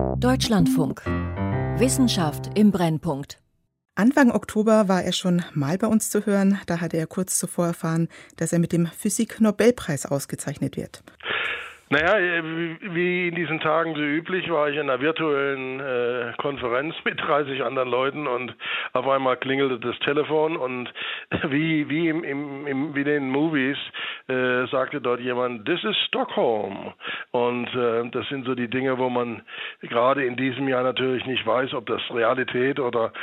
Deutschlandfunk. Wissenschaft im Brennpunkt. Anfang Oktober war er schon mal bei uns zu hören. Da hatte er kurz zuvor erfahren, dass er mit dem Physik-Nobelpreis ausgezeichnet wird. Naja, wie in diesen Tagen so üblich, war ich in einer virtuellen Konferenz mit 30 anderen Leuten und auf einmal klingelte das Telefon und wie in den Movies sagte dort jemand, "This is Stockholm." Und das sind so die Dinge, wo man gerade in diesem Jahr natürlich nicht weiß, ob das Realität oder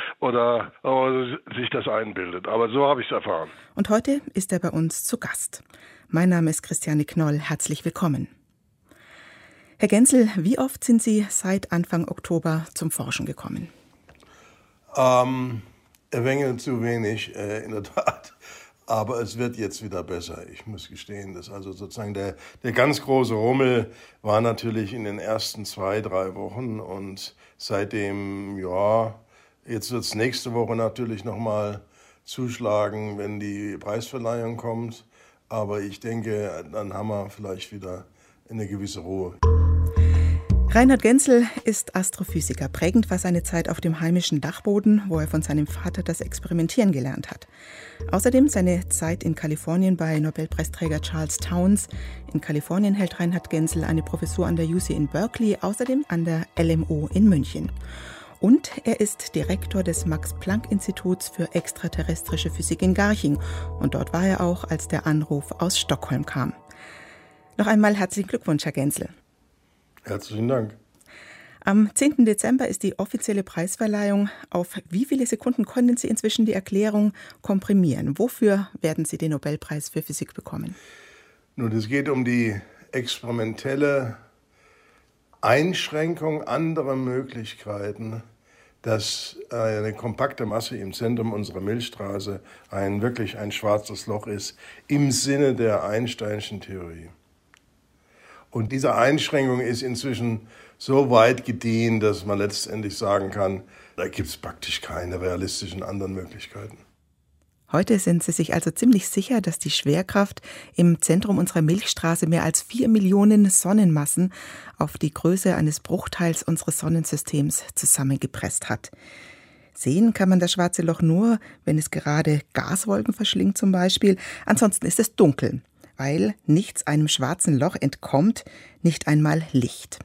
sich das einbildet. Aber so habe ich es erfahren. Und heute ist er bei uns zu Gast. Mein Name ist Christiane Knoll. Herzlich willkommen. Herr Genzel, wie oft sind Sie seit Anfang Oktober zum Forschen gekommen? Ein wenig zu wenig, in der Tat. Aber es wird jetzt wieder besser. Ich muss gestehen, dass also sozusagen der ganz große Rummel war natürlich in den ersten 2-3 Wochen. Und seitdem, jetzt wird es nächste Woche natürlich nochmal zuschlagen, wenn die Preisverleihung kommt. Aber ich denke, dann haben wir vielleicht wieder eine gewisse Ruhe. Reinhard Genzel ist Astrophysiker. Prägend war seine Zeit auf dem heimischen Dachboden, wo er von seinem Vater das Experimentieren gelernt hat. Außerdem seine Zeit in Kalifornien bei Nobelpreisträger Charles Townes. In Kalifornien hält Reinhard Genzel eine Professur an der UC in Berkeley, außerdem an der LMU in München. Und er ist Direktor des Max-Planck-Instituts für extraterrestrische Physik in Garching. Und dort war er auch, als der Anruf aus Stockholm kam. Noch einmal herzlichen Glückwunsch, Herr Genzel. Herzlichen Dank. Am 10. Dezember ist die offizielle Preisverleihung. Auf wie viele Sekunden konnten Sie inzwischen die Erklärung komprimieren? Wofür werden Sie den Nobelpreis für Physik bekommen? Nun, es geht um die experimentelle Einschränkung anderer Möglichkeiten, dass eine kompakte Masse im Zentrum unserer Milchstraße wirklich ein schwarzes Loch ist, im Sinne der Einsteinschen Theorie. Und diese Einschränkung ist inzwischen so weit gediehen, dass man letztendlich sagen kann, da gibt es praktisch keine realistischen anderen Möglichkeiten. Heute sind Sie sich also ziemlich sicher, dass die Schwerkraft im Zentrum unserer Milchstraße mehr als 4 Millionen Sonnenmassen auf die Größe eines Bruchteils unseres Sonnensystems zusammengepresst hat. Sehen kann man das schwarze Loch nur, wenn es gerade Gaswolken verschlingt zum Beispiel. Ansonsten ist es dunkel, weil nichts einem schwarzen Loch entkommt, nicht einmal Licht.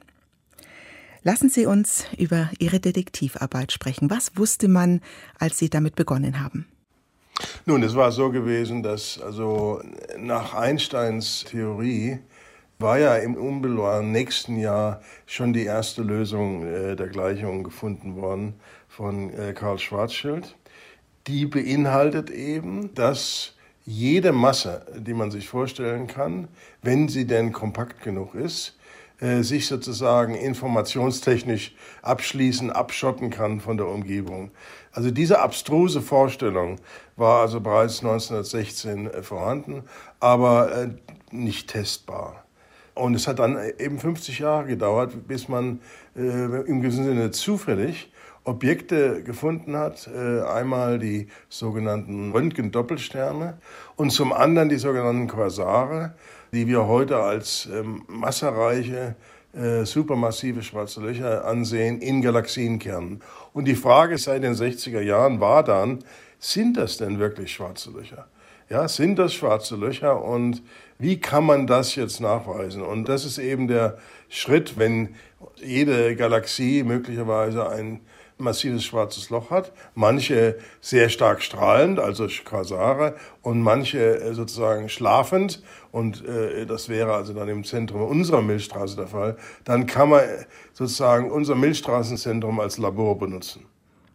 Lassen Sie uns über Ihre Detektivarbeit sprechen. Was wusste man, als Sie damit begonnen haben? Nun, es war so gewesen, dass also nach Einsteins Theorie war ja im unmittelbaren nächsten Jahr schon die erste Lösung der Gleichung gefunden worden von Karl Schwarzschild. Die beinhaltet eben, dass jede Masse, die man sich vorstellen kann, wenn sie denn kompakt genug ist, sich sozusagen informationstechnisch abschotten kann von der Umgebung. Also diese abstruse Vorstellung war also bereits 1916 vorhanden, aber nicht testbar. Und es hat dann eben 50 Jahre gedauert, bis man im gewissen Sinne zufällig Objekte gefunden hat, einmal die sogenannten Röntgen-Doppelsterne und zum anderen die sogenannten Quasare, die wir heute als massereiche, supermassive schwarze Löcher ansehen in Galaxienkernen. Und die Frage seit den 60er Jahren war dann, sind das denn wirklich schwarze Löcher? Ja, sind das schwarze Löcher und wie kann man das jetzt nachweisen? Und das ist eben der Schritt, wenn jede Galaxie möglicherweise ein massives schwarzes Loch hat, manche sehr stark strahlend, also Quasare, und manche sozusagen schlafend, und das wäre also dann im Zentrum unserer Milchstraße der Fall, dann kann man sozusagen unser Milchstraßenzentrum als Labor benutzen.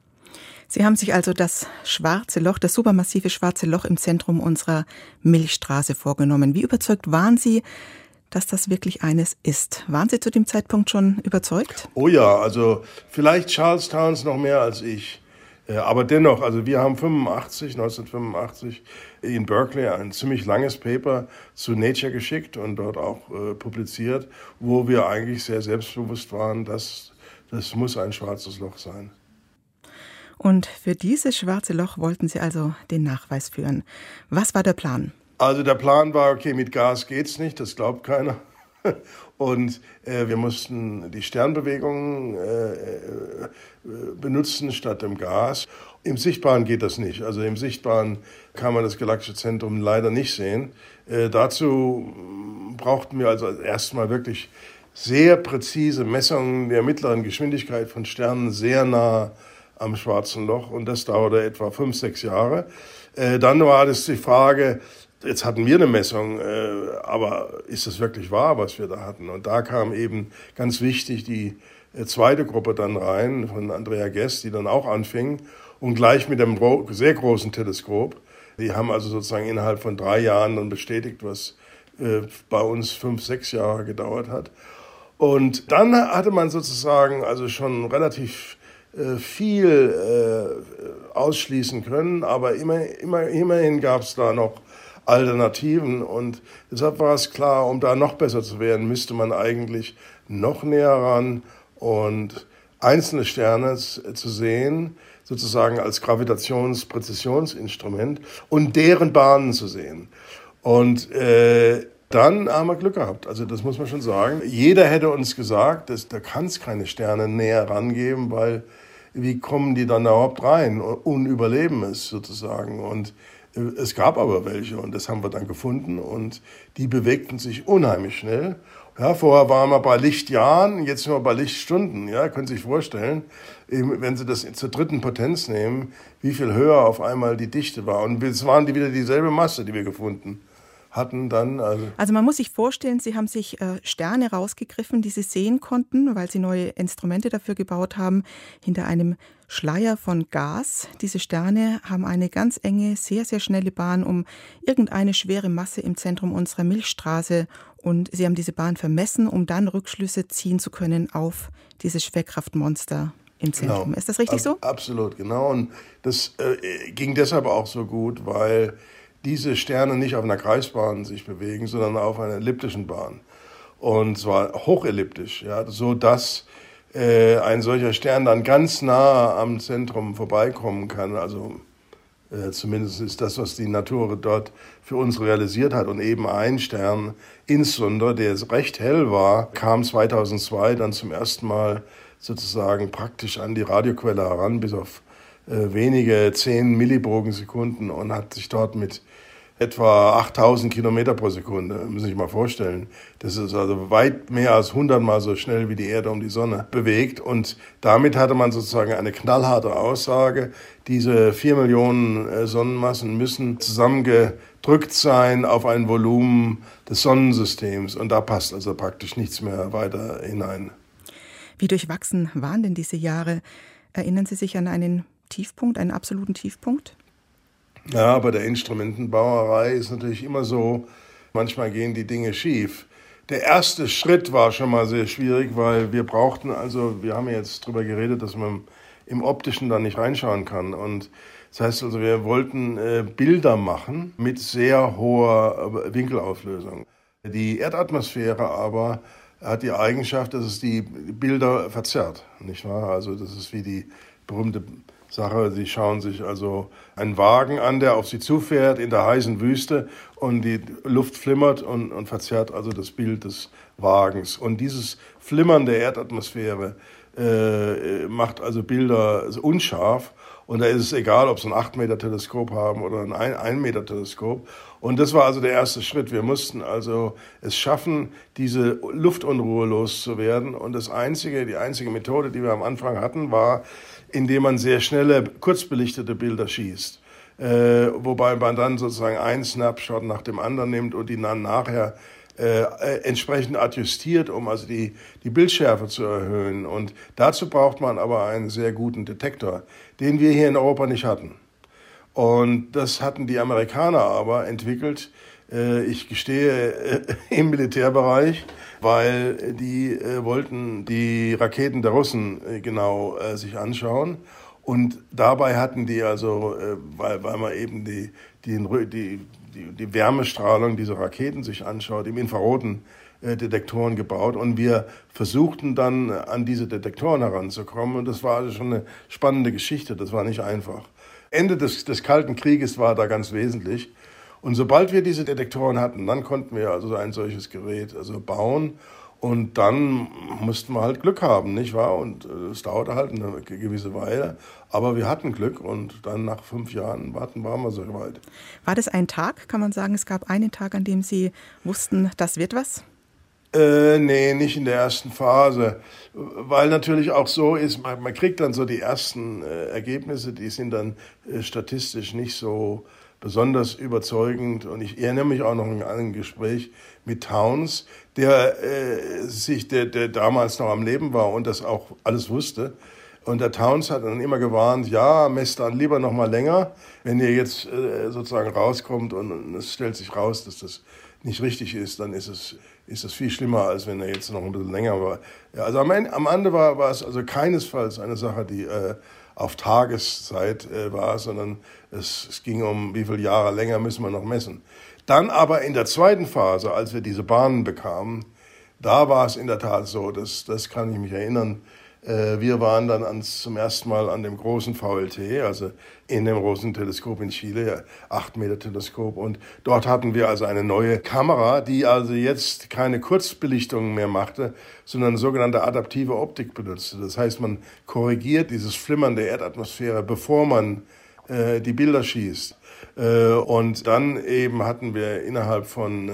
Sie haben sich also das schwarze Loch, das supermassive schwarze Loch im Zentrum unserer Milchstraße vorgenommen. Wie überzeugt waren Sie, dass das wirklich eines ist? Waren Sie zu dem Zeitpunkt schon überzeugt? Oh ja, also vielleicht Charles Townes noch mehr als ich. Aber dennoch, also wir haben 1985 in Berkeley ein ziemlich langes Paper zu Nature geschickt und dort auch publiziert, wo wir eigentlich sehr selbstbewusst waren, dass das muss ein schwarzes Loch sein. Und für dieses schwarze Loch wollten Sie also den Nachweis führen. Was war der Plan? Also der Plan war, okay, mit Gas geht's nicht, das glaubt keiner. Und wir mussten die Sternbewegung benutzen statt dem Gas. Im Sichtbaren geht das nicht. Also im Sichtbaren kann man das galaktische Zentrum leider nicht sehen. Dazu brauchten wir also erstmal wirklich sehr präzise Messungen der mittleren Geschwindigkeit von Sternen sehr nah am Schwarzen Loch. Und das dauerte etwa 5-6 Jahre. Dann war das die Frage, jetzt hatten wir eine Messung, aber ist das wirklich wahr, was wir da hatten? Und da kam eben ganz wichtig die zweite Gruppe dann rein von Andrea Ghez, die dann auch anfing und gleich mit einem sehr großen Teleskop. Die haben also sozusagen innerhalb von 3 Jahren dann bestätigt, was bei uns 5-6 Jahre gedauert hat. Und dann hatte man sozusagen also schon relativ viel ausschließen können, aber immerhin gab es da noch Alternativen und deshalb war es klar, um da noch besser zu werden, müsste man eigentlich noch näher ran und einzelne Sterne zu sehen, sozusagen als Gravitationspräzisionsinstrument und deren Bahnen zu sehen. Und dann haben wir Glück gehabt, also das muss man schon sagen. Jeder hätte uns gesagt, da kann es keine Sterne näher rangeben, weil wie kommen die dann überhaupt rein und überleben es sozusagen. Und es gab aber welche und das haben wir dann gefunden und die bewegten sich unheimlich schnell. Ja, vorher waren wir bei Lichtjahren, jetzt sind wir bei Lichtstunden. Ja, können Sie sich vorstellen, wenn Sie das zur dritten Potenz nehmen, wie viel höher auf einmal die Dichte war. Und es waren wieder dieselbe Masse, die wir gefunden hatten dann. Also man muss sich vorstellen, Sie haben sich Sterne rausgegriffen, die Sie sehen konnten, weil Sie neue Instrumente dafür gebaut haben, hinter einem Schleier von Gas. Diese Sterne haben eine ganz enge, sehr, sehr schnelle Bahn um irgendeine schwere Masse im Zentrum unserer Milchstraße. Und Sie haben diese Bahn vermessen, um dann Rückschlüsse ziehen zu können auf dieses Schwerkraftmonster im Zentrum. Genau. Ist das richtig so? Absolut, genau. Und das ging deshalb auch so gut, weil diese Sterne nicht auf einer Kreisbahn sich bewegen, sondern auf einer elliptischen Bahn. Und zwar hochelliptisch, ja, so dass ein solcher Stern dann ganz nah am Zentrum vorbeikommen kann. Also zumindest ist das, was die Natur dort für uns realisiert hat. Und eben ein Stern, insbesondere, der recht hell war, kam 2002 dann zum ersten Mal sozusagen praktisch an die Radioquelle heran, bis auf wenige 10 Millibogensekunden und hat sich dort mit etwa 8000 Kilometer pro Sekunde, müssen Sie sich mal vorstellen. Das ist also weit mehr als 100 Mal so schnell, wie die Erde um die Sonne bewegt. Und damit hatte man sozusagen eine knallharte Aussage, diese 4 Millionen Sonnenmassen müssen zusammengedrückt sein auf ein Volumen des Sonnensystems. Und da passt also praktisch nichts mehr weiter hinein. Wie durchwachsen waren denn diese Jahre? Erinnern Sie sich an einen Tiefpunkt, einen absoluten Tiefpunkt? Ja, bei der Instrumentenbauerei ist natürlich immer so, manchmal gehen die Dinge schief. Der erste Schritt war schon mal sehr schwierig, weil wir haben ja jetzt drüber geredet, dass man im Optischen da nicht reinschauen kann. Und das heißt also, wir wollten Bilder machen mit sehr hoher Winkelauflösung. Die Erdatmosphäre aber hat die Eigenschaft, dass es die Bilder verzerrt, nicht wahr? Also das ist wie die berühmte Sache, Sie schauen sich also einen Wagen an, der auf Sie zufährt in der heißen Wüste und die Luft flimmert und verzerrt also das Bild des Wagens. Und dieses Flimmern der Erdatmosphäre macht also Bilder unscharf. Und da ist es egal, ob Sie ein 8-Meter-Teleskop haben oder ein 1-Meter-Teleskop. Und das war also der erste Schritt. Wir mussten also es schaffen, diese Luftunruhe loszuwerden. Und die einzige Methode, die wir am Anfang hatten, war, indem man sehr schnelle, kurzbelichtete Bilder schießt. Wobei man dann sozusagen einen Snapshot nach dem anderen nimmt und ihn dann nachher entsprechend adjustiert, um also die Bildschärfe zu erhöhen. Und dazu braucht man aber einen sehr guten Detektor, den wir hier in Europa nicht hatten. Und das hatten die Amerikaner aber entwickelt, ich gestehe, im Militärbereich, weil die wollten die Raketen der Russen genau sich anschauen. Und dabei hatten die also, weil man eben die Wärmestrahlung dieser Raketen sich anschaut, im infraroten Detektoren gebaut. Und wir versuchten dann an diese Detektoren heranzukommen. Und das war also schon eine spannende Geschichte. Das war nicht einfach. Ende des Kalten Krieges war da ganz wesentlich. Und sobald wir diese Detektoren hatten, dann konnten wir also ein solches Gerät also bauen. Und dann mussten wir halt Glück haben, nicht wahr? Und es dauerte halt eine gewisse Weile. Aber wir hatten Glück und dann nach 5 Jahren waren wir so weit. War das ein Tag? Kann man sagen, es gab einen Tag, an dem Sie wussten, das wird was? Nee, nicht in der ersten Phase. Weil natürlich auch so ist, man kriegt dann so die ersten Ergebnisse, die sind dann statistisch nicht so besonders überzeugend. Und ich erinnere mich auch noch an ein Gespräch mit Townes, der damals noch am Leben war und das auch alles wusste. Und der Townes hat dann immer gewarnt, ja, messt dann lieber noch mal länger. Wenn ihr jetzt sozusagen rauskommt und es stellt sich raus, dass das nicht richtig ist, dann ist es viel schlimmer, als wenn er jetzt noch ein bisschen länger war. Ja, also am Ende war es also keinesfalls eine Sache, die auf Tageszeit war, sondern es ging um, wie viele Jahre länger müssen wir noch messen. Dann aber in der zweiten Phase, als wir diese Bahnen bekamen, da war es in der Tat so, das kann ich mich erinnern. Wir waren dann zum ersten Mal an dem großen VLT, also in dem großen Teleskop in Chile, 8-Meter-Teleskop. Und dort hatten wir also eine neue Kamera, die also jetzt keine Kurzbelichtung mehr machte, sondern sogenannte adaptive Optik benutzte. Das heißt, man korrigiert dieses Flimmern der Erdatmosphäre, bevor man die Bilder schießt. Und dann eben hatten wir innerhalb von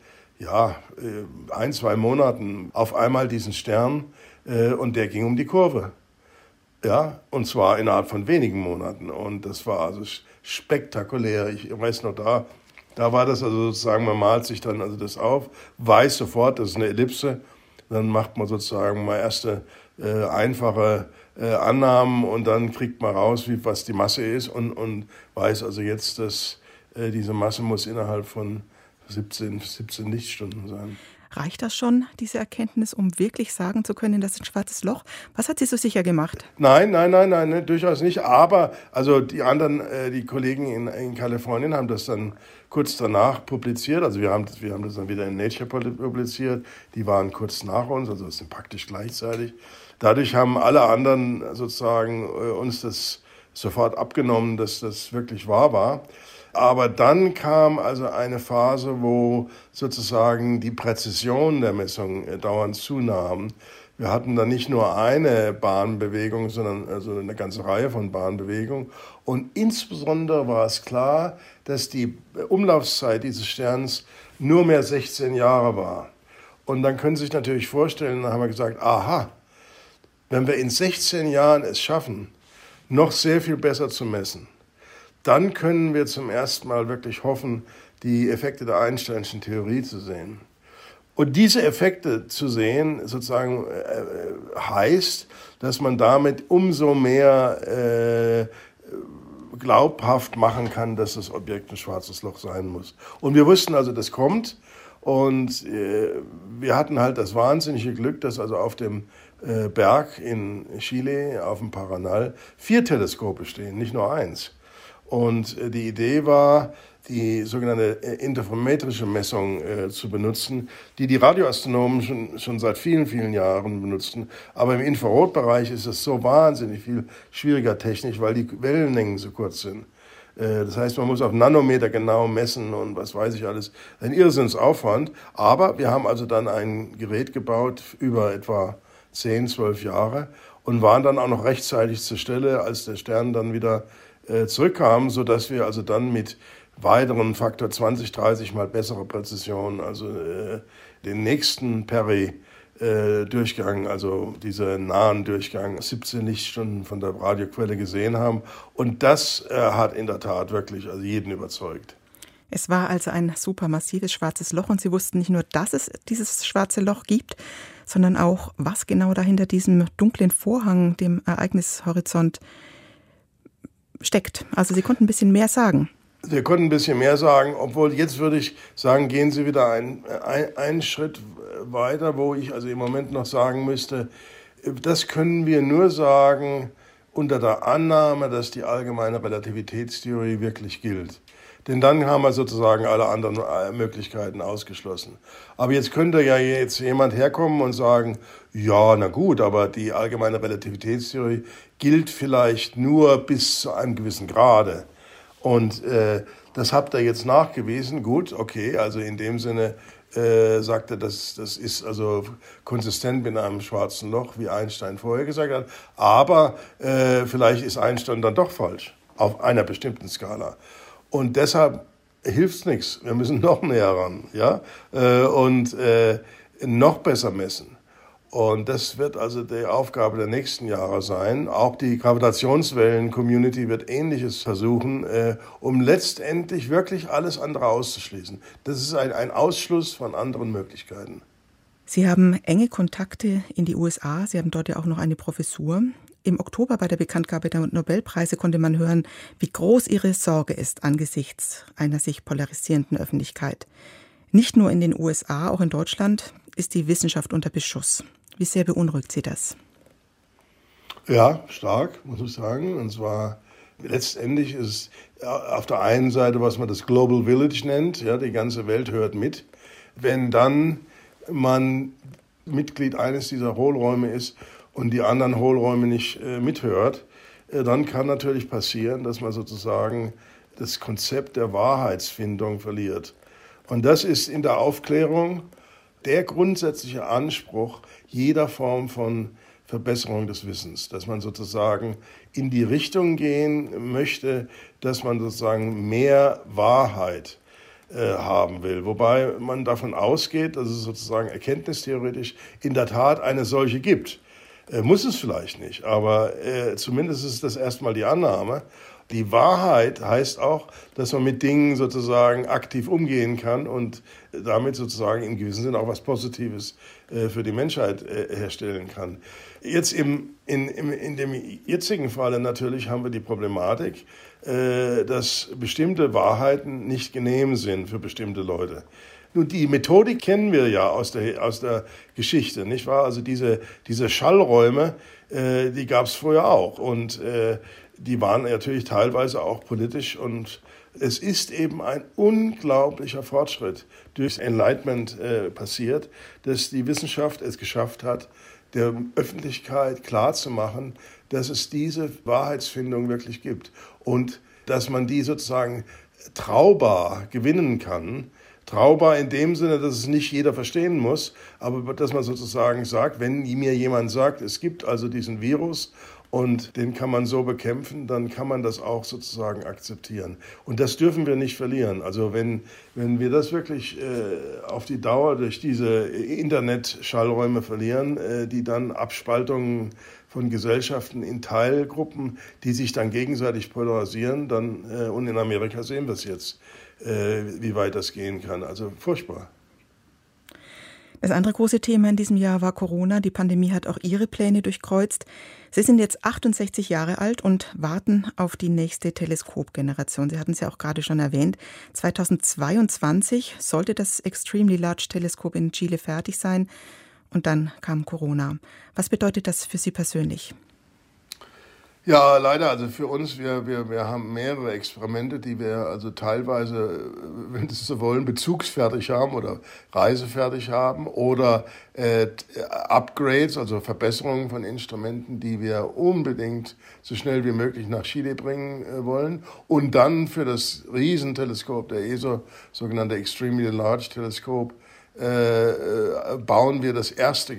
1-2 Monaten auf einmal diesen Stern, und der ging um die Kurve. Ja, und zwar innerhalb von wenigen Monaten. Und das war also spektakulär. Ich weiß noch, da war das also sozusagen, man malt sich dann also das auf, weiß sofort, das ist eine Ellipse. Dann macht man sozusagen mal erste einfache Annahmen und dann kriegt man raus, was die Masse ist und weiß also jetzt, dass diese Masse muss innerhalb von 17 Lichtstunden sein. Reicht das schon, diese Erkenntnis, um wirklich sagen zu können, das ist ein schwarzes Loch? Was hat Sie so sicher gemacht? Nein, durchaus nicht. Aber also die anderen, die Kollegen in Kalifornien haben das dann kurz danach publiziert. Also wir haben das dann wieder in Nature publiziert. Die waren kurz nach uns, also das sind praktisch gleichzeitig. Dadurch haben alle anderen sozusagen uns das sofort abgenommen, dass das wirklich wahr war. Aber dann kam also eine Phase, wo sozusagen die Präzision der Messung dauernd zunahm. Wir hatten dann nicht nur eine Bahnbewegung, sondern also eine ganze Reihe von Bahnbewegungen. Und insbesondere war es klar, dass die Umlaufszeit dieses Sterns nur mehr 16 Jahre war. Und dann können Sie sich natürlich vorstellen, dann haben wir gesagt, aha, wenn wir in 16 Jahren es schaffen, noch sehr viel besser zu messen, dann können wir zum ersten Mal wirklich hoffen, die Effekte der Einsteinschen Theorie zu sehen. Und diese Effekte zu sehen, sozusagen, heißt, dass man damit umso mehr glaubhaft machen kann, dass das Objekt ein schwarzes Loch sein muss. Und wir wussten also, das kommt. Und wir hatten halt das wahnsinnige Glück, dass also auf dem Berg in Chile, auf dem Paranal, 4 Teleskope stehen, nicht nur 1. Und die Idee war, die sogenannte interferometrische Messung zu benutzen, die Radioastronomen schon seit vielen, vielen Jahren benutzten. Aber im Infrarotbereich ist es so wahnsinnig viel schwieriger technisch, weil die Wellenlängen so kurz sind. Das heißt, man muss auf Nanometer genau messen und was weiß ich alles. Ein Irrsinnsaufwand. Aber wir haben also dann ein Gerät gebaut über etwa 10, 12 Jahre und waren dann auch noch rechtzeitig zur Stelle, als der Stern dann wieder zurückkam, sodass wir also dann mit weiteren Faktor 20, 30 mal bessere Präzision, also den nächsten Peri-Durchgang, also diesen nahen Durchgang, 17 Lichtstunden von der Radioquelle gesehen haben. Und das hat in der Tat wirklich also jeden überzeugt. Es war also ein supermassives schwarzes Loch und Sie wussten nicht nur, dass es dieses schwarze Loch gibt, sondern auch, was genau da hinter diesem dunklen Vorhang, dem Ereignishorizont, steckt. Also Sie konnten ein bisschen mehr sagen. Wir konnten ein bisschen mehr sagen, obwohl jetzt würde ich sagen, gehen Sie wieder einen Schritt weiter, wo ich also im Moment noch sagen müsste, das können wir nur sagen unter der Annahme, dass die allgemeine Relativitätstheorie wirklich gilt. Denn dann haben wir sozusagen alle anderen Möglichkeiten ausgeschlossen. Aber jetzt könnte ja jetzt jemand herkommen und sagen, ja, na gut, aber die allgemeine Relativitätstheorie gilt vielleicht nur bis zu einem gewissen Grade. Und das habt ihr jetzt nachgewiesen. Gut, okay, also in dem Sinne sagt er, das ist also konsistent mit einem schwarzen Loch, wie Einstein vorher gesagt hat. Aber vielleicht ist Einstein dann doch falsch, auf einer bestimmten Skala. Und deshalb hilft es nichts. Wir müssen noch näher ran, ja, und noch besser messen. Und das wird also die Aufgabe der nächsten Jahre sein. Auch die Gravitationswellen-Community wird Ähnliches versuchen, um letztendlich wirklich alles andere auszuschließen. Das ist ein Ausschluss von anderen Möglichkeiten. Sie haben enge Kontakte in die USA. Sie haben dort ja auch noch eine Professur. Im Oktober bei der Bekanntgabe der Nobelpreise konnte man hören, wie groß Ihre Sorge ist angesichts einer sich polarisierenden Öffentlichkeit. Nicht nur in den USA, auch in Deutschland ist die Wissenschaft unter Beschuss. Wie sehr beunruhigt Sie das? Ja, stark, muss ich sagen. Und zwar letztendlich ist auf der einen Seite, was man das Global Village nennt, ja, die ganze Welt hört mit. Wenn dann man Mitglied eines dieser Hohlräume ist und die anderen Hohlräume nicht mithört, dann kann natürlich passieren, dass man sozusagen das Konzept der Wahrheitsfindung verliert. Und das ist in der Aufklärung der grundsätzliche Anspruch jeder Form von Verbesserung des Wissens, dass man sozusagen in die Richtung gehen möchte, dass man sozusagen mehr Wahrheit haben will. Wobei man davon ausgeht, dass es sozusagen erkenntnistheoretisch in der Tat eine solche gibt. Muss es vielleicht nicht, aber zumindest ist das erstmal die Annahme. Die Wahrheit heißt auch, dass man mit Dingen sozusagen aktiv umgehen kann und damit sozusagen im gewissen Sinne auch was Positives für die Menschheit herstellen kann. Jetzt in dem jetzigen Falle natürlich haben wir die Problematik, dass bestimmte Wahrheiten nicht genehm sind für bestimmte Leute. Nun, die Methodik kennen wir ja aus der Geschichte, nicht wahr? Also diese Schallräume, die gab es vorher auch und die waren natürlich teilweise auch politisch und es ist eben ein unglaublicher Fortschritt durch Enlightenment passiert, dass die Wissenschaft es geschafft hat, der Öffentlichkeit klarzumachen, dass es diese Wahrheitsfindung wirklich gibt und dass man die sozusagen traubar gewinnen kann. Traubar in dem Sinne, dass es nicht jeder verstehen muss, aber dass man sozusagen sagt, wenn mir jemand sagt, es gibt also diesen Virus und den kann man so bekämpfen, dann kann man das auch sozusagen akzeptieren. Und das dürfen wir nicht verlieren. Also wenn wir das wirklich auf die Dauer durch diese Internet-Schallräume verlieren, die dann Abspaltungen von Gesellschaften in Teilgruppen, die sich dann gegenseitig polarisieren, dann und in Amerika sehen wir es jetzt, wie weit das gehen kann. Also furchtbar. Das andere große Thema in diesem Jahr war Corona. Die Pandemie hat auch Ihre Pläne durchkreuzt. Sie sind jetzt 68 Jahre alt und warten auf die nächste Teleskopgeneration. Sie hatten es ja auch gerade schon erwähnt. 2022 sollte das Extremely Large Teleskop in Chile fertig sein. Und dann kam Corona. Was bedeutet das für Sie persönlich? Ja, leider. Also für uns, wir haben mehrere Experimente, die wir also teilweise, wenn Sie so wollen, bezugsfertig haben oder reisefertig haben oder Upgrades, also Verbesserungen von Instrumenten, die wir unbedingt so schnell wie möglich nach Chile bringen wollen. Und dann für das Riesenteleskop der ESO, sogenannte Extremely Large Teleskop, bauen wir das erste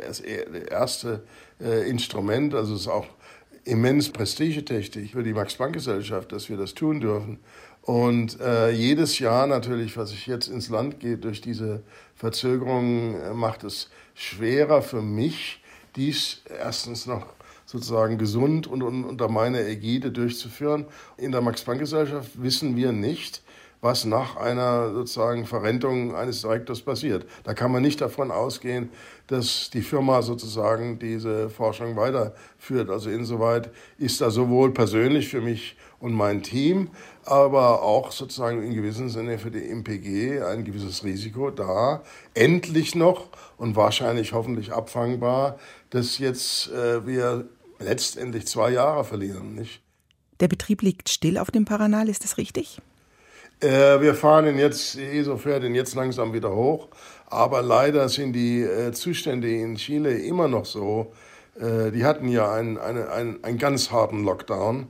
Instrument, also es ist auch immens prestigeträchtig für die Max-Planck-Gesellschaft, dass wir das tun dürfen. Und jedes Jahr natürlich, was ich jetzt ins Land geht, durch diese Verzögerungen, macht es schwerer für mich, dies erstens noch sozusagen gesund und unter meiner Ägide durchzuführen. In der Max-Planck-Gesellschaft wissen wir nicht, was nach einer sozusagen Verrentung eines Direktors passiert. Da kann man nicht davon ausgehen, dass die Firma sozusagen diese Forschung weiterführt. Also insoweit ist da sowohl persönlich für mich und mein Team, aber auch sozusagen in gewissem Sinne für die MPG ein gewisses Risiko da. Endlich noch und wahrscheinlich hoffentlich abfangbar, dass jetzt wir letztendlich 2 Jahre verlieren, nicht? Der Betrieb liegt still auf dem Paranal, ist das richtig? Wir fahren ihn jetzt, die ESO fährt ihn jetzt langsam wieder hoch, aber leider sind die Zustände in Chile immer noch so. Die hatten ja einen ganz harten Lockdown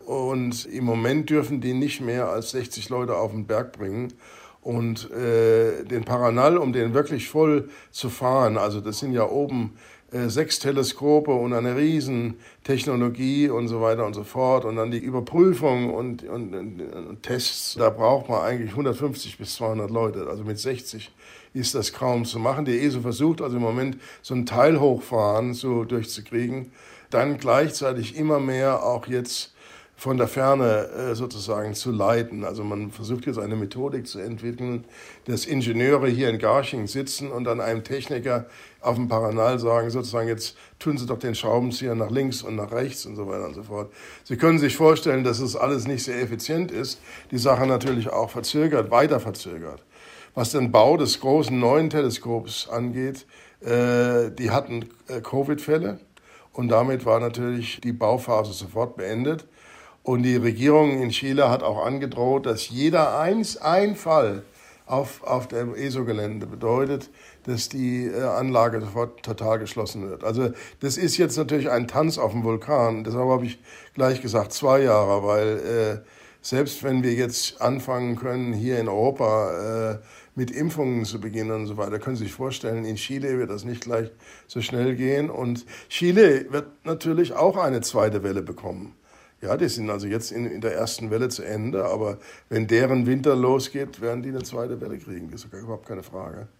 Und im Moment dürfen die nicht mehr als 60 Leute auf den Berg bringen. Und den Paranal, um den wirklich voll zu fahren, also das sind ja oben 6 Teleskope und eine riesen Technologie und so weiter und so fort. Und dann die Überprüfung und Tests, da braucht man eigentlich 150 bis 200 Leute. Also mit 60 ist das kaum zu machen. Die ESO versucht also im Moment so ein Teilhochfahren so durchzukriegen. Dann gleichzeitig immer mehr auch jetzt von der Ferne sozusagen zu leiten. Also man versucht jetzt eine Methodik zu entwickeln, dass Ingenieure hier in Garching sitzen und dann einem Techniker auf dem Paranal sagen, sozusagen, jetzt tun Sie doch den Schraubenzieher nach links und nach rechts und so weiter und so fort. Sie können sich vorstellen, dass es alles nicht sehr effizient ist, die Sache natürlich auch verzögert, weiter verzögert. Was den Bau des großen neuen Teleskops angeht, die hatten Covid-Fälle und damit war natürlich die Bauphase sofort beendet. Und die Regierung in Chile hat auch angedroht, dass jeder ein Fall auf dem ESO-Gelände bedeutet, dass die Anlage sofort total geschlossen wird. Also das ist jetzt natürlich ein Tanz auf dem Vulkan. Deshalb habe ich gleich gesagt 2 Jahre, weil selbst wenn wir jetzt anfangen können, hier in Europa mit Impfungen zu beginnen und so weiter, können Sie sich vorstellen, in Chile wird das nicht gleich so schnell gehen. Und Chile wird natürlich auch eine zweite Welle bekommen. Ja, die sind also jetzt in der ersten Welle zu Ende, aber wenn deren Winter losgeht, werden die eine zweite Welle kriegen. Das ist überhaupt keine Frage.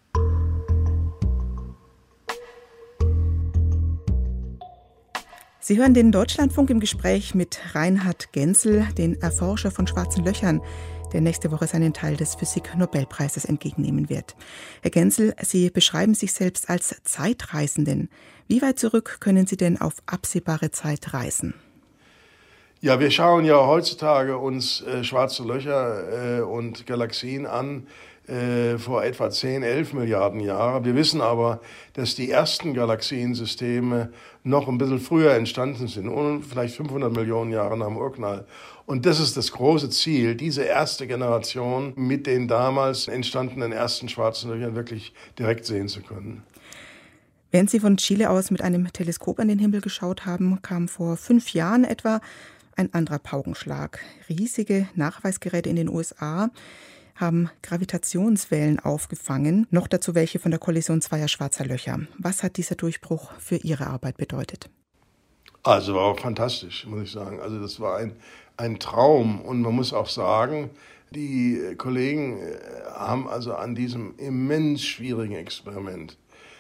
Sie hören den Deutschlandfunk im Gespräch mit Reinhard Genzel, den Erforscher von schwarzen Löchern, der nächste Woche seinen Teil des Physik-Nobelpreises entgegennehmen wird. Herr Genzel, Sie beschreiben sich selbst als Zeitreisenden. Wie weit zurück können Sie denn auf absehbare Zeit reisen? Ja, wir schauen ja heutzutage uns schwarze Löcher und Galaxien an vor etwa 10, 11 Milliarden Jahren. Wir wissen aber, dass die ersten Galaxiensysteme noch ein bisschen früher entstanden sind, vielleicht 500 Millionen Jahre nach dem Urknall. Und das ist das große Ziel, diese erste Generation mit den damals entstandenen ersten schwarzen Löchern wirklich direkt sehen zu können. Während Sie von Chile aus mit einem Teleskop an den Himmel geschaut haben, kam vor 5 Jahren etwa ein anderer Paukenschlag. Riesige Nachweisgeräte in den USA haben Gravitationswellen aufgefangen, noch dazu welche von der Kollision zweier schwarzer Löcher. Was hat dieser Durchbruch für Ihre Arbeit bedeutet? Also war auch fantastisch, muss ich sagen. Also das war ein Traum. Und man muss auch sagen, die Kollegen haben also an diesem immens schwierigen Experiment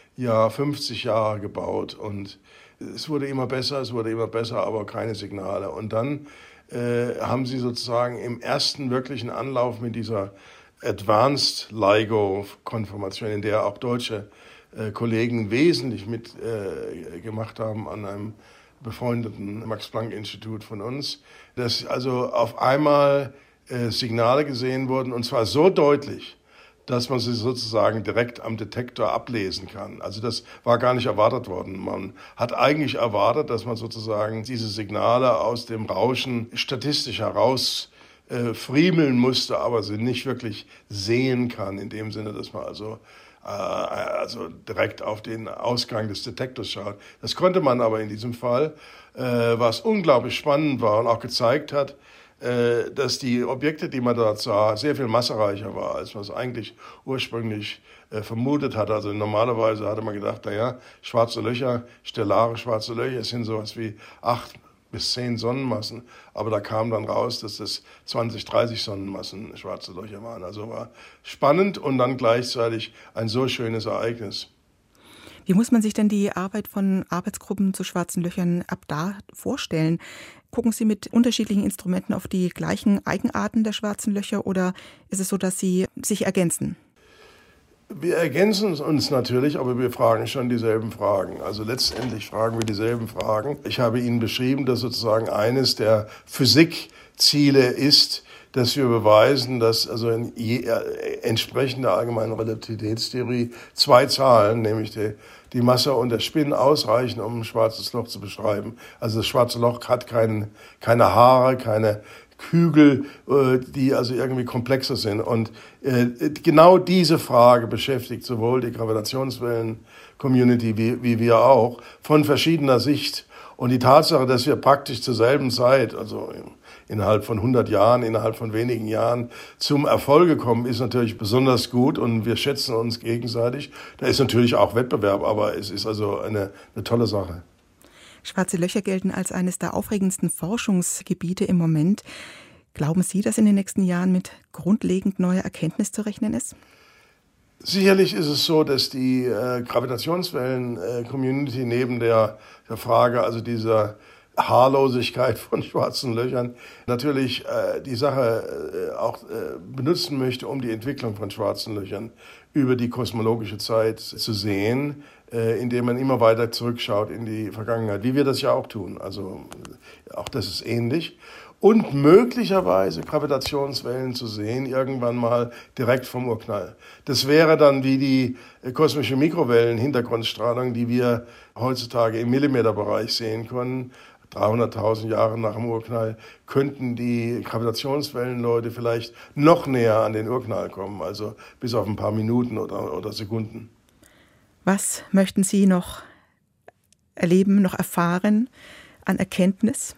50 Jahre gebaut und es wurde immer besser, aber keine Signale. Und dann haben sie sozusagen im ersten wirklichen Anlauf mit dieser Advanced LIGO-Konformation, in der auch deutsche Kollegen wesentlich mitgemacht haben an einem befreundeten Max-Planck-Institut von uns, dass also auf einmal Signale gesehen wurden, und zwar so deutlich, dass man sie sozusagen direkt am Detektor ablesen kann. Also das war gar nicht erwartet worden. Man hat eigentlich erwartet, dass man sozusagen diese Signale aus dem Rauschen statistisch heraus friemeln musste, aber sie nicht wirklich sehen kann, in dem Sinne, dass man also direkt auf den Ausgang des Detektors schaut. Das konnte man aber in diesem Fall, was unglaublich spannend war und auch gezeigt hat, dass die Objekte, die man dort sah, sehr viel massereicher war, als man es eigentlich ursprünglich vermutet hatte. Also normalerweise hatte man gedacht, schwarze Löcher, stellare schwarze Löcher, sind sowas wie 8 bis 10 Sonnenmassen. Aber da kam dann raus, dass das 20, 30 Sonnenmassen schwarze Löcher waren. Also war spannend und dann gleichzeitig ein so schönes Ereignis. Wie muss man sich denn die Arbeit von Arbeitsgruppen zu schwarzen Löchern ab da vorstellen? Gucken Sie mit unterschiedlichen Instrumenten auf die gleichen Eigenarten der schwarzen Löcher oder ist es so, dass sie sich ergänzen? Wir ergänzen uns natürlich, aber wir fragen schon dieselben Fragen. Also letztendlich fragen wir dieselben Fragen. Ich habe Ihnen beschrieben, dass sozusagen eines der Physikziele ist, dass wir beweisen, dass also entsprechend der allgemeinen Relativitätstheorie 2 Zahlen, nämlich die Masse und der Spin, ausreichen, um ein schwarzes Loch zu beschreiben. Also das schwarze Loch hat keine Haare, keine Hügel, die also irgendwie komplexer sind. Und genau diese Frage beschäftigt sowohl die Gravitationswellen-Community wie wir auch von verschiedener Sicht. Und die Tatsache, dass wir praktisch zur selben Zeit, also innerhalb von 100 Jahren, innerhalb von wenigen Jahren zum Erfolg gekommen ist, natürlich besonders gut und wir schätzen uns gegenseitig. Da ist natürlich auch Wettbewerb, aber es ist also eine tolle Sache. Schwarze Löcher gelten als eines der aufregendsten Forschungsgebiete im Moment. Glauben Sie, dass in den nächsten Jahren mit grundlegend neuer Erkenntnis zu rechnen ist? Sicherlich ist es so, dass die Gravitationswellen-Community neben der Frage, also dieser Haarlosigkeit von schwarzen Löchern, natürlich die Sache auch benutzen möchte, um die Entwicklung von schwarzen Löchern über die kosmologische Zeit zu sehen, indem man immer weiter zurückschaut in die Vergangenheit, wie wir das ja auch tun. Also auch das ist ähnlich. Und möglicherweise Gravitationswellen zu sehen, irgendwann mal direkt vom Urknall. Das wäre dann wie die kosmische Mikrowellen-Hintergrundstrahlung, die wir heutzutage im Millimeterbereich sehen können. 300.000 Jahre nach dem Urknall könnten die Gravitationswellenleute vielleicht noch näher an den Urknall kommen, also bis auf ein paar Minuten oder Sekunden. Was möchten Sie noch erleben, noch erfahren an Erkenntnis?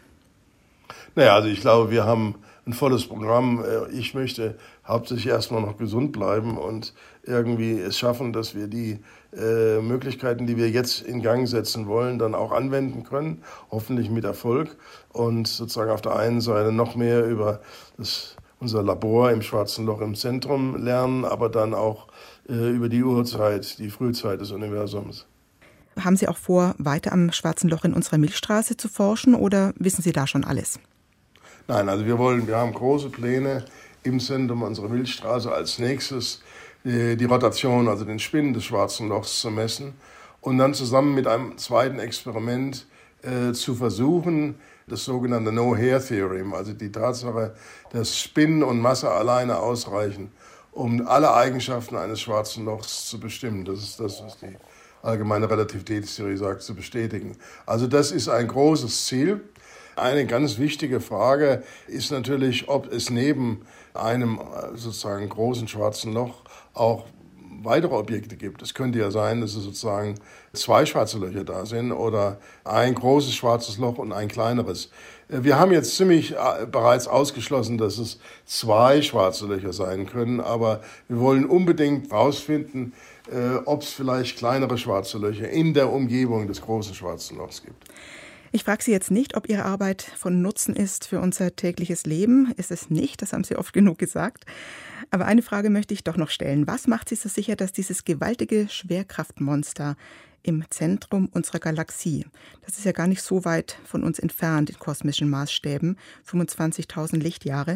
Naja, also ich glaube, wir haben ein volles Programm. Ich möchte hauptsächlich erstmal noch gesund bleiben und irgendwie es schaffen, dass wir die Möglichkeiten, die wir jetzt in Gang setzen wollen, dann auch anwenden können, hoffentlich mit Erfolg und sozusagen auf der einen Seite noch mehr über unser Labor im Schwarzen Loch im Zentrum lernen, aber dann auch über die Urzeit, die Frühzeit des Universums. Haben Sie auch vor, weiter am Schwarzen Loch in unserer Milchstraße zu forschen oder wissen Sie da schon alles? Nein, also wir haben große Pläne im Zentrum unserer Milchstraße als nächstes die Rotation, also den Spin des Schwarzen Lochs zu messen und dann zusammen mit einem zweiten Experiment zu versuchen, das sogenannte No-Hair-Theorem, also die Tatsache, dass Spin und Masse alleine ausreichen, um alle Eigenschaften eines Schwarzen Lochs zu bestimmen. Das ist das, was die allgemeine Relativitätstheorie sagt, zu bestätigen. Also das ist ein großes Ziel. Eine ganz wichtige Frage ist natürlich, ob es neben einem sozusagen großen schwarzen Loch auch weitere Objekte gibt. Es könnte ja sein, dass es sozusagen 2 schwarze Löcher da sind oder ein großes schwarzes Loch und ein kleineres. Wir haben jetzt ziemlich bereits ausgeschlossen, dass es 2 schwarze Löcher sein können, aber wir wollen unbedingt herausfinden, ob es vielleicht kleinere schwarze Löcher in der Umgebung des großen schwarzen Lochs gibt. Ich frage Sie jetzt nicht, ob Ihre Arbeit von Nutzen ist für unser tägliches Leben. Ist es nicht, das haben Sie oft genug gesagt. Aber eine Frage möchte ich doch noch stellen. Was macht Sie so sicher, dass dieses gewaltige Schwerkraftmonster im Zentrum unserer Galaxie, das ist ja gar nicht so weit von uns entfernt in kosmischen Maßstäben, 25.000 Lichtjahre,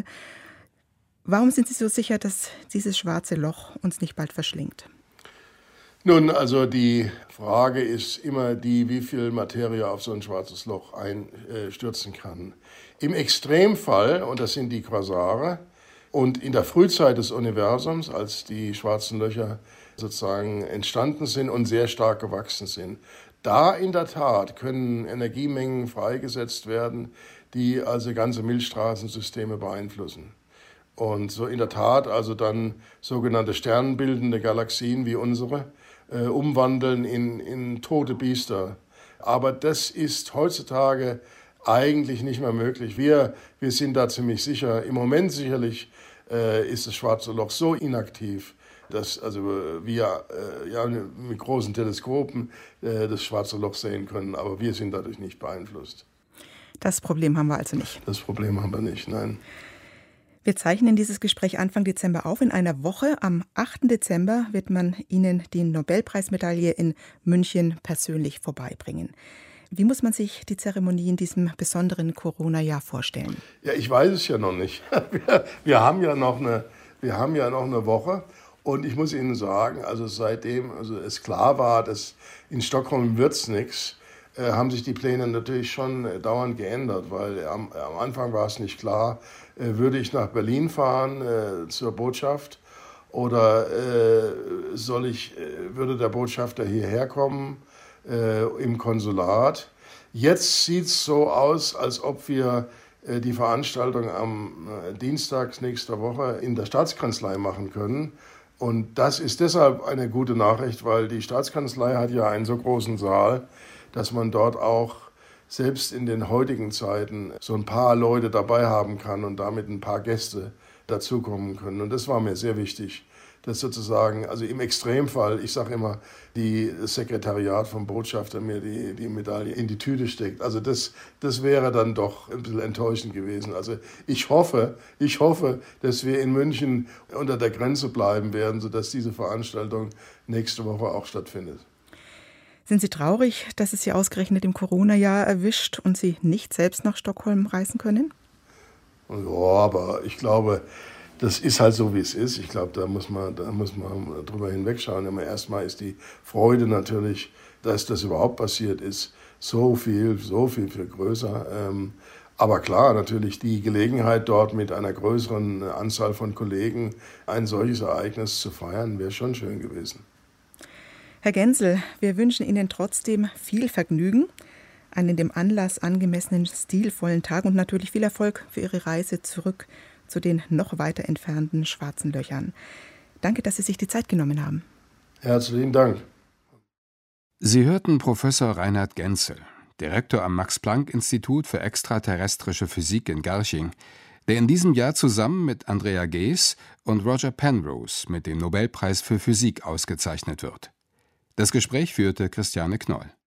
warum sind Sie so sicher, dass dieses schwarze Loch uns nicht bald verschlingt? Nun, also die Frage ist immer die, wie viel Materie auf so ein schwarzes Loch einstürzen kann. Im Extremfall, und das sind die Quasare, und in der Frühzeit des Universums, als die schwarzen Löcher sozusagen entstanden sind und sehr stark gewachsen sind, da in der Tat können Energiemengen freigesetzt werden, die also ganze Milchstraßensysteme beeinflussen. Und so in der Tat also dann sogenannte sternbildende Galaxien wie unsere umwandeln in tote Biester. Aber das ist heutzutage eigentlich nicht mehr möglich. Wir sind da ziemlich sicher. Im Moment sicherlich ist das Schwarze Loch so inaktiv, dass also wir mit großen Teleskopen das Schwarze Loch sehen können, aber wir sind dadurch nicht beeinflusst. Das Problem haben wir also nicht. Das Problem haben wir nicht, nein. Wir zeichnen dieses Gespräch Anfang Dezember auf. In einer Woche, am 8. Dezember, wird man Ihnen die Nobelpreismedaille in München persönlich vorbeibringen. Wie muss man sich die Zeremonie in diesem besonderen Corona-Jahr vorstellen? Ja, ich weiß es ja noch nicht. Wir haben ja noch eine Woche. Und ich muss Ihnen sagen, also seitdem es klar war, dass in Stockholm wird's nichts, haben sich die Pläne natürlich schon dauernd geändert, weil am Anfang war es nicht klar, würde ich nach Berlin fahren zur Botschaft oder würde der Botschafter hierher kommen im Konsulat. Jetzt sieht es so aus, als ob wir die Veranstaltung am Dienstag nächster Woche in der Staatskanzlei machen können. Und das ist deshalb eine gute Nachricht, weil die Staatskanzlei hat ja einen so großen Saal, dass man dort auch selbst in den heutigen Zeiten so ein paar Leute dabei haben kann und damit ein paar Gäste dazukommen können. Und das war mir sehr wichtig, dass sozusagen, also im Extremfall, ich sage immer, das Sekretariat vom Botschafter mir die Medaille in die Tüte steckt. Also das wäre dann doch ein bisschen enttäuschend gewesen. Also ich hoffe, dass wir in München unter der Grenze bleiben werden, sodass diese Veranstaltung nächste Woche auch stattfindet. Sind Sie traurig, dass es Sie ausgerechnet im Corona-Jahr erwischt und Sie nicht selbst nach Stockholm reisen können? Ja, aber ich glaube, das ist halt so, wie es ist. Ich glaube, da muss man drüber hinwegschauen. Aber erstmal ist die Freude natürlich, dass das überhaupt passiert ist, so viel größer. Aber klar, natürlich die Gelegenheit, dort mit einer größeren Anzahl von Kollegen ein solches Ereignis zu feiern, wäre schon schön gewesen. Herr Genzel, wir wünschen Ihnen trotzdem viel Vergnügen, einen dem Anlass angemessenen, stilvollen Tag und natürlich viel Erfolg für Ihre Reise zurück zu den noch weiter entfernten schwarzen Löchern. Danke, dass Sie sich die Zeit genommen haben. Herzlichen Dank. Sie hörten Professor Reinhard Genzel, Direktor am Max-Planck-Institut für extraterrestrische Physik in Garching, der in diesem Jahr zusammen mit Andrea Ghez und Roger Penrose mit dem Nobelpreis für Physik ausgezeichnet wird. Das Gespräch führte Christiane Knoll.